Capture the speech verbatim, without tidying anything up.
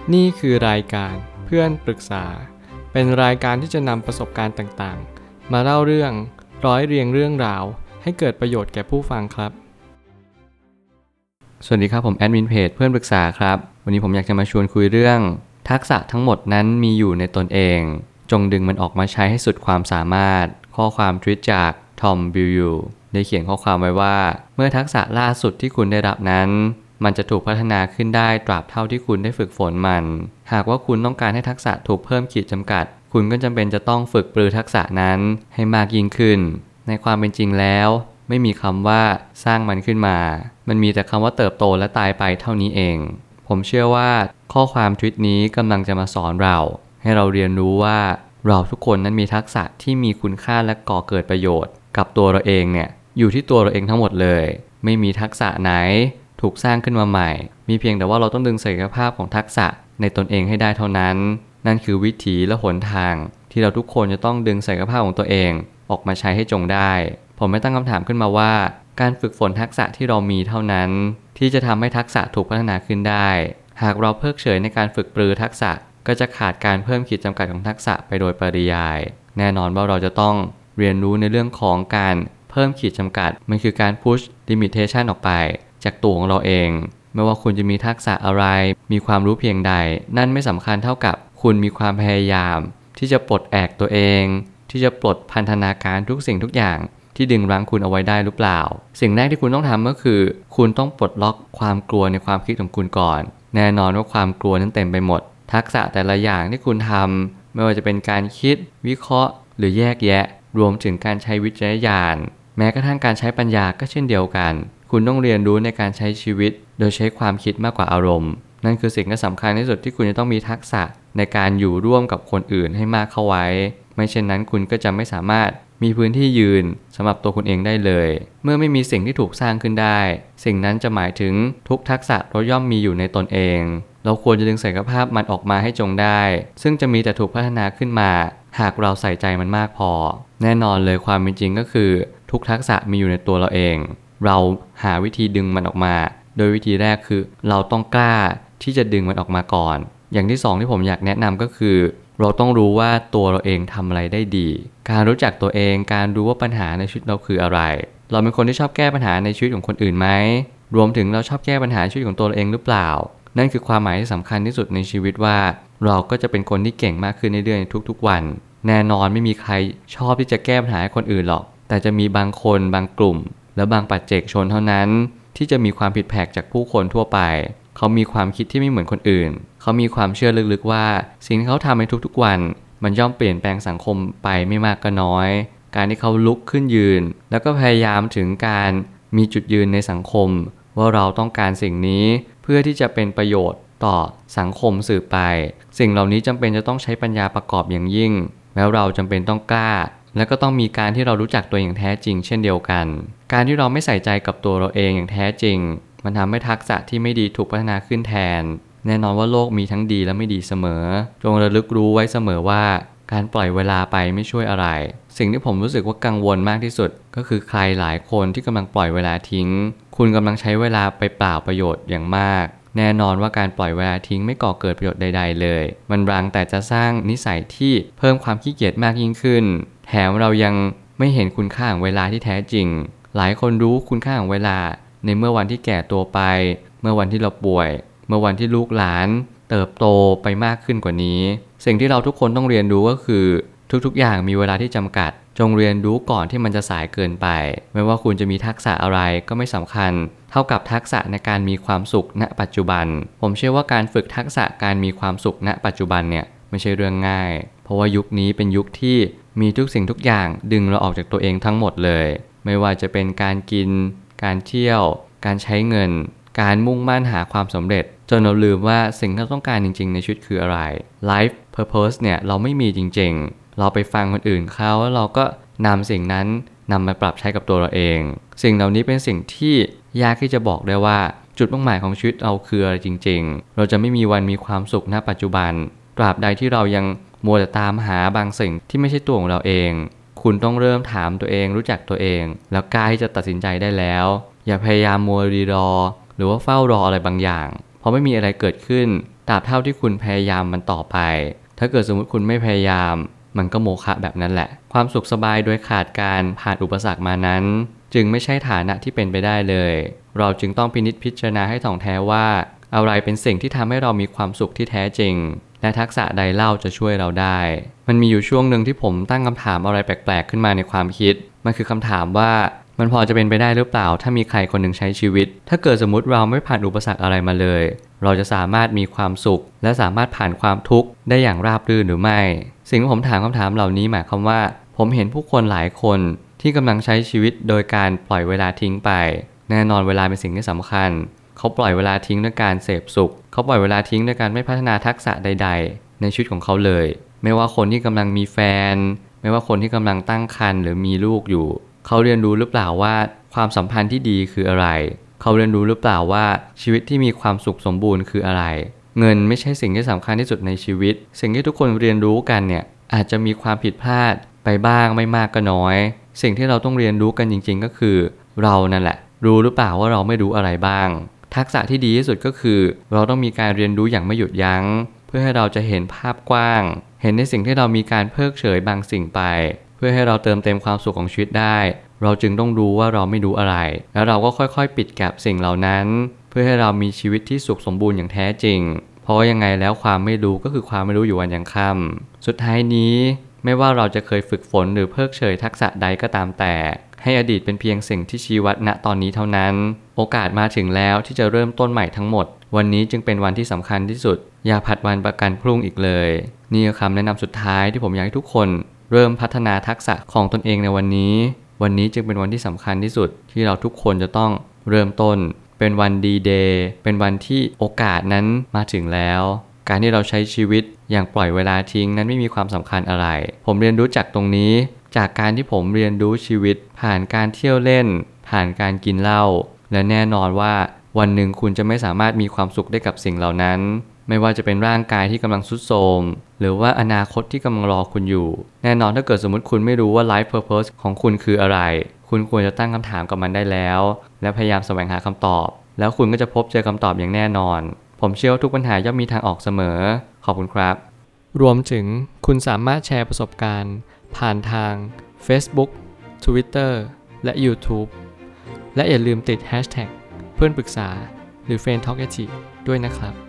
นี่คือรายการเพื่อนปรึกษาเป็นรายการที่จะนำประสบการณ์ต่างๆมาเล่าเรื่องร้อยเรียงเรื่องราวให้เกิดประโยชน์แก่ผู้ฟังครับสวัสดีครับผมแอดมินเพจเพื่อนปรึกษาครับวันนี้ผมอยากจะมาชวนคุยเรื่องทักษะทั้งหมดนั้นมีอยู่ในตนเองจงดึงมันออกมาใช้ให้สุดความสามารถข้อความทวิตจากทอมบิลยูได้เขียนข้อความไว้ว่าเมื่อทักษะล่าสุดที่คุณได้รับนั้นมันจะถูกพัฒนาขึ้นได้ตราบเท่าที่คุณได้ฝึกฝนมันหากว่าคุณต้องการให้ทักษะถูกเพิ่มขีดจำกัดคุณก็จำเป็นจะต้องฝึกปรือทักษะนั้นให้มากยิ่งขึ้นในความเป็นจริงแล้วไม่มีคำว่าสร้างมันขึ้นมามันมีแต่คำว่าเติบโตและตายไปเท่านี้เองผมเชื่อว่าข้อความทวิตนี้กำลังจะมาสอนเราให้เราเรียนรู้ว่าเราทุกคนนั้นมีทักษะที่มีคุณค่าและก่อเกิดประโยชน์กับตัวเราเองเนี่ยอยู่ที่ตัวเราเองทั้งหมดเลยไม่มีทักษะไหนถูกสร้างขึ้นมาใหม่มีเพียงแต่ว่าเราต้องดึงศักยภาพของทักษะในตนเองให้ได้เท่านั้นนั่นคือวิถีและหนทางที่เราทุกคนจะต้องดึงศักยภาพของตัวเองออกมาใช้ให้จงได้ผมไม่ตั้งคำถามขึ้นมาว่าการฝึกฝนทักษะที่เรามีเท่านั้นที่จะทำให้ทักษะถูกพัฒนาขึ้นได้หากเราเพิกเฉยในการฝึกปรือทักษะก็จะขาดการเพิ่มขีดจำกัดของทักษะไปโดยปริยายแน่นอนว่าเราจะต้องเรียนรู้ในเรื่องของการเพิ่มขีดจำกัดมันคือการ push limitation ออกไปจากตัวของเราเองไม่ว่าคุณจะมีทักษะอะไรมีความรู้เพียงใดนั่นไม่สำคัญเท่ากับคุณมีความพยายามที่จะปลดแอกตัวเองที่จะปลดพันธนาการทุกสิ่งทุกอย่างที่ดึงรั้งคุณเอาไว้ได้หรือเปล่าสิ่งแรกที่คุณต้องทำก็คือคุณต้องปลดล็อกความกลัวในความคิดของคุณก่อนแน่นอนว่าความกลัวนั้นเต็มไปหมดทักษะแต่ละอย่างที่คุณทำไม่ว่าจะเป็นการคิดวิเคราะห์หรือแยกแยะรวมถึงการใช้วิจารณญาณแม้กระทั่งการใช้ปัญญาก็เช่นเดียวกันคุณต้องเรียนรู้ในการใช้ชีวิตโดยใช้ความคิดมากกว่าอารมณ์นั่นคือสิ่งที่สำคัญที่สุดที่คุณจะต้องมีทักษะในการอยู่ร่วมกับคนอื่นให้มากเข้าไว้ไม่เช่นนั้นคุณก็จะไม่สามารถมีพื้นที่ยืนสำหรับตัวคุณเองได้เลยเมื่อไม่มีสิ่งที่ถูกสร้างขึ้นได้สิ่งนั้นจะหมายถึงทุกทักษะเราย่อมมีอยู่ในตนเองเราควรจะดึงศักยภาพมันออกมาให้จงได้ซึ่งจะมีแต่ถูกพัฒนาขึ้นมาหากเราใส่ใจมันมากพอแน่นอนเลยความเป็นจริงก็คือทุกทักษะมีอยู่ในตัวเราเองเราหาวิธีดึงมันออกมาโดยวิธีแรกคือเราต้องกล้าที่จะดึงมันออกมาก่อนอย่างที่สองที่ผมอยากแนะนำก็คือเราต้องรู้ว่าตัวเราเองทำอะไรได้ดีการรู้จักตัวเองการรู้ว่าปัญหาในชีวิตเราคืออะไรเราเป็นคนที่ชอบแก้ปัญหาในชีวิตของคนอื่นไหมรวมถึงเราชอบแก้ปัญหาชีวิตของตัวเราเองหรือเปล่านั่นคือความหมายที่สำคัญที่สุดในชีวิตว่าเราก็จะเป็นคนที่เก่งมากขึ้นเรื่อยๆในทุกๆวันแน่นอนไม่มีใครชอบที่จะแก้ปัญหาให้คนอื่นหรอกแต่จะมีบางคนบางกลุ่มและบางปัจเจกชนเท่านั้นที่จะมีความผิดแผกจากผู้คนทั่วไปเขามีความคิดที่ไม่เหมือนคนอื่นเขามีความเชื่อลึกๆว่าสิ่งที่เขาทำในทุกๆวันมันย่อมเปลี่ยนแปลงสังคมไปไม่มากก็น้อยการที่เขาลุกขึ้นยืนแล้วก็พยายามถึงการมีจุดยืนในสังคมว่าเราต้องการสิ่งนี้เพื่อที่จะเป็นประโยชน์ต่อสังคมสืบไปสิ่งเหล่านี้จำเป็นจะต้องใช้ปัญญาประกอบอย่างยิ่งแล้วเราจำเป็นต้องกล้าและก็ต้องมีการที่เรารู้จักตัวอย่างแท้จริงเช่นเดียวกันการที่เราไม่ใส่ใจกับตัวเราเองอย่างแท้จริงมันทำให้ทักษะที่ไม่ดีถูกพัฒนาขึ้นแทนแน่นอนว่าโลกมีทั้งดีและไม่ดีเสมอจงระลึกรู้ไว้เสมอว่าการปล่อยเวลาไปไม่ช่วยอะไรสิ่งที่ผมรู้สึกว่ากังวลมากที่สุดก็คือใครหลายคนที่กำลังปล่อยเวลาทิ้งคุณกำลังใช้เวลาไปเปล่าประโยชน์อย่างมากแน่นอนว่าการปล่อยเวลาทิ้งไม่ก่อเกิดประโยชน์ใดๆเลยมันรังแต่จะสร้างนิสัยที่เพิ่มความขี้เกียจมากยิ่งขึ้นแถมเรายังไม่เห็นคุณค่าของเวลาที่แท้จริงหลายคนรู้คุณค่าของเวลาในเมื่อวันที่แก่ตัวไปเมื่อวันที่เราป่วยเมื่อวันที่ลูกหลานเติบโตไปมากขึ้นกว่านี้สิ่งที่เราทุกคนต้องเรียนรู้ก็คือทุกๆอย่างมีเวลาที่จำกัดจงเรียนรู้ก่อนที่มันจะสายเกินไปไม่ว่าคุณจะมีทักษะอะไรก็ไม่สำคัญเท่ากับทักษะในการมีความสุขณปัจจุบันผมเชื่อว่าการฝึกทักษะการมีความสุขณปัจจุบันเนี่ยไม่ใช่เรื่องง่ายเพราะว่ายุคนี้เป็นยุคที่มีทุกสิ่งทุกอย่างดึงเราออกจากตัวเองทั้งหมดเลยไม่ว่าจะเป็นการกินการเที่ยวการใช้เงินการมุ่งมั่นหาความสำเร็จจนเราลืมว่าสิ่งที่เราต้องการจริงๆในชีวิตคืออะไร Life Purpose เนี่ยเราไม่มีจริงๆเราไปฟังคนอื่นเขาแล้วเราก็นำสิ่งนั้นนำมาปรับใช้กับตัวเราเองสิ่งเหล่านี้เป็นสิ่งที่ยากที่จะบอกได้ว่าจุดมุ่งหมายของชีวิตเราคืออะไรจริงๆเราจะไม่มีวันมีความสุขณปัจจุบันตราบใดที่เรายังมัวแต่ตามหาบางสิ่งที่ไม่ใช่ตัวของเราเองคุณต้องเริ่มถามตัวเองรู้จักตัวเองแล้วกล้าที่จะตัดสินใจได้แล้วอย่าพยายามมัวรีรอหรือว่าเฝ้ารออะไรบางอย่างเพราะไม่มีอะไรเกิดขึ้นตราบเท่าที่คุณพยายามมันต่อไปถ้าเกิดสมมติคุณไม่พยายามมันก็โมฆะแบบนั้นแหละความสุขสบายโดยขาดการผ่านอุปสรรคมานั้นจึงไม่ใช่ฐานะที่เป็นไปได้เลยเราจึงต้องพินิจพิจารณาให้ถ่องแท้ว่าอะไรเป็นสิ่งที่ทำให้เรามีความสุขที่แท้จริงและทักษะใดเล่าจะช่วยเราได้มันมีอยู่ช่วงหนึ่งที่ผมตั้งคำถามอะไรแปลกๆขึ้นมาในความคิดมันคือคำถามว่ามันพอจะเป็นไปได้หรือเปล่าถ้ามีใครคนหนึ่งใช้ชีวิตถ้าเกิดสมมุติเราไม่ผ่านอุปสรรคอะไรมาเลยเราจะสามารถมีความสุขและสามารถผ่านความทุกข์ได้อย่างราบรื่นหรือไม่สิ่งที่ผมถามคำถามเหล่านี้หมายความว่าผมเห็นผู้คนหลายคนที่กำลังใช้ชีวิตโดยการปล่อยเวลาทิ้งไปแน่นอนเวลาเป็นสิ่งที่สำคัญเขาปล่อยเวลาทิ้งด้วยการเสพสุขเขาปล่อยเวลาทิ้งด้วยการไม่พัฒนาทักษะใดๆในชีวิตของเขาเลยไม่ว่าคนที่กำลังมีแฟนไม่ว่าคนที่กำลังตั้งครรภ์หรือมีลูกอยู่เขาเรียนรู้หรือเปล่าว่าความสัมพันธ์ที่ดีคืออะไรเขาเรียนรู้หรือเปล่าว่าชีวิตที่มีความสุขสมบูรณ์คืออะไรเงินไม่ใช่สิ่งที่สำคัญที่สุดในชีวิตสิ่งที่ทุกคนเรียนรู้กันเนี่ยอาจจะมีความผิดพลาดไปบ้างไม่มากก็น้อยสิ่งที่เราต้องเรียนรู้กันจริงๆก็คือเรานั่นแหละรู้หรือเปล่าว่าเราไม่รู้อะไรบ้างทักษะที่ดีที่สุดก็คือเราต้องมีการเรียนรู้อย่างไม่หยุดยั้งเพื่อให้เราจะเห็นภาพกว้างเห็นในสิ่งที่เรามีการเพิกเฉยบางสิ่งไปเพื่อให้เราเติมเต็มความสุขของชีวิตได้เราจึงต้องรู้ว่าเราไม่รู้อะไรแล้วเราก็ค่อยๆปิดแก็บสิ่งเหล่านั้นเพื่อให้เรามีชีวิตที่สุขสมบูรณ์อย่างแท้จริงเพราะว่ายังไงแล้วความไม่รู้ก็คือความไม่รู้อยู่วันยังค่ำสุดท้ายนี้ไม่ว่าเราจะเคยฝึกฝนหรือเพิกเฉยทักษะใดก็ตามแต่ให้อดีตเป็นเพียงสิ่งที่ชี้วัดณตอนนี้เท่านั้นโอกาสมาถึงแล้วที่จะเริ่มต้นใหม่ทั้งหมดวันนี้จึงเป็นวันที่สำคัญที่สุดอย่าผัดวันประกันพรุ่งอีกเลยนี่คือคำแนะนำสุดท้ายที่ผมอยากให้ทุกคนเริ่มพัฒนาทักษะของตนเองในวันนี้วันนี้จึงเป็นวันที่สำคัญที่สุดที่เราทุกคนจะต้องเริ่มต้นเป็นวันดีเดย์เป็นวันที่โอกาสนั้นมาถึงแล้วการที่เราใช้ชีวิตอย่างปล่อยเวลาทิ้งนั้นไม่มีความสำคัญอะไรผมเรียนรู้จากตรงนี้จากการที่ผมเรียนรู้ชีวิตผ่านการเที่ยวเล่นผ่านการกินเหล้าและแน่นอนว่าวันหนึ่งคุณจะไม่สามารถมีความสุขได้กับสิ่งเหล่านั้นไม่ว่าจะเป็นร่างกายที่กำลังทรุดโทรมหรือว่าอนาคตที่กำลังรอคุณอยู่แน่นอนถ้าเกิดสมมติคุณไม่รู้ว่า life purpose ของคุณคืออะไรคุณควรจะตั้งคำถามกับมันได้แล้วและพยายามแสวงหาคำตอบแล้วคุณก็จะพบเจอคำตอบอย่างแน่นอนผมเชื่อว่าทุกปัญหาย่อมมีทางออกเสมอขอบคุณครับรวมถึงคุณสามารถแชร์ประสบการณ์ผ่านทาง Facebook Twitter และ YouTube และอย่าลืมติด แฮชแท็ก เพื่อนปรึกษาหรือ เฟรนด์ ทอล์ก แอท จี ด้วยนะครับ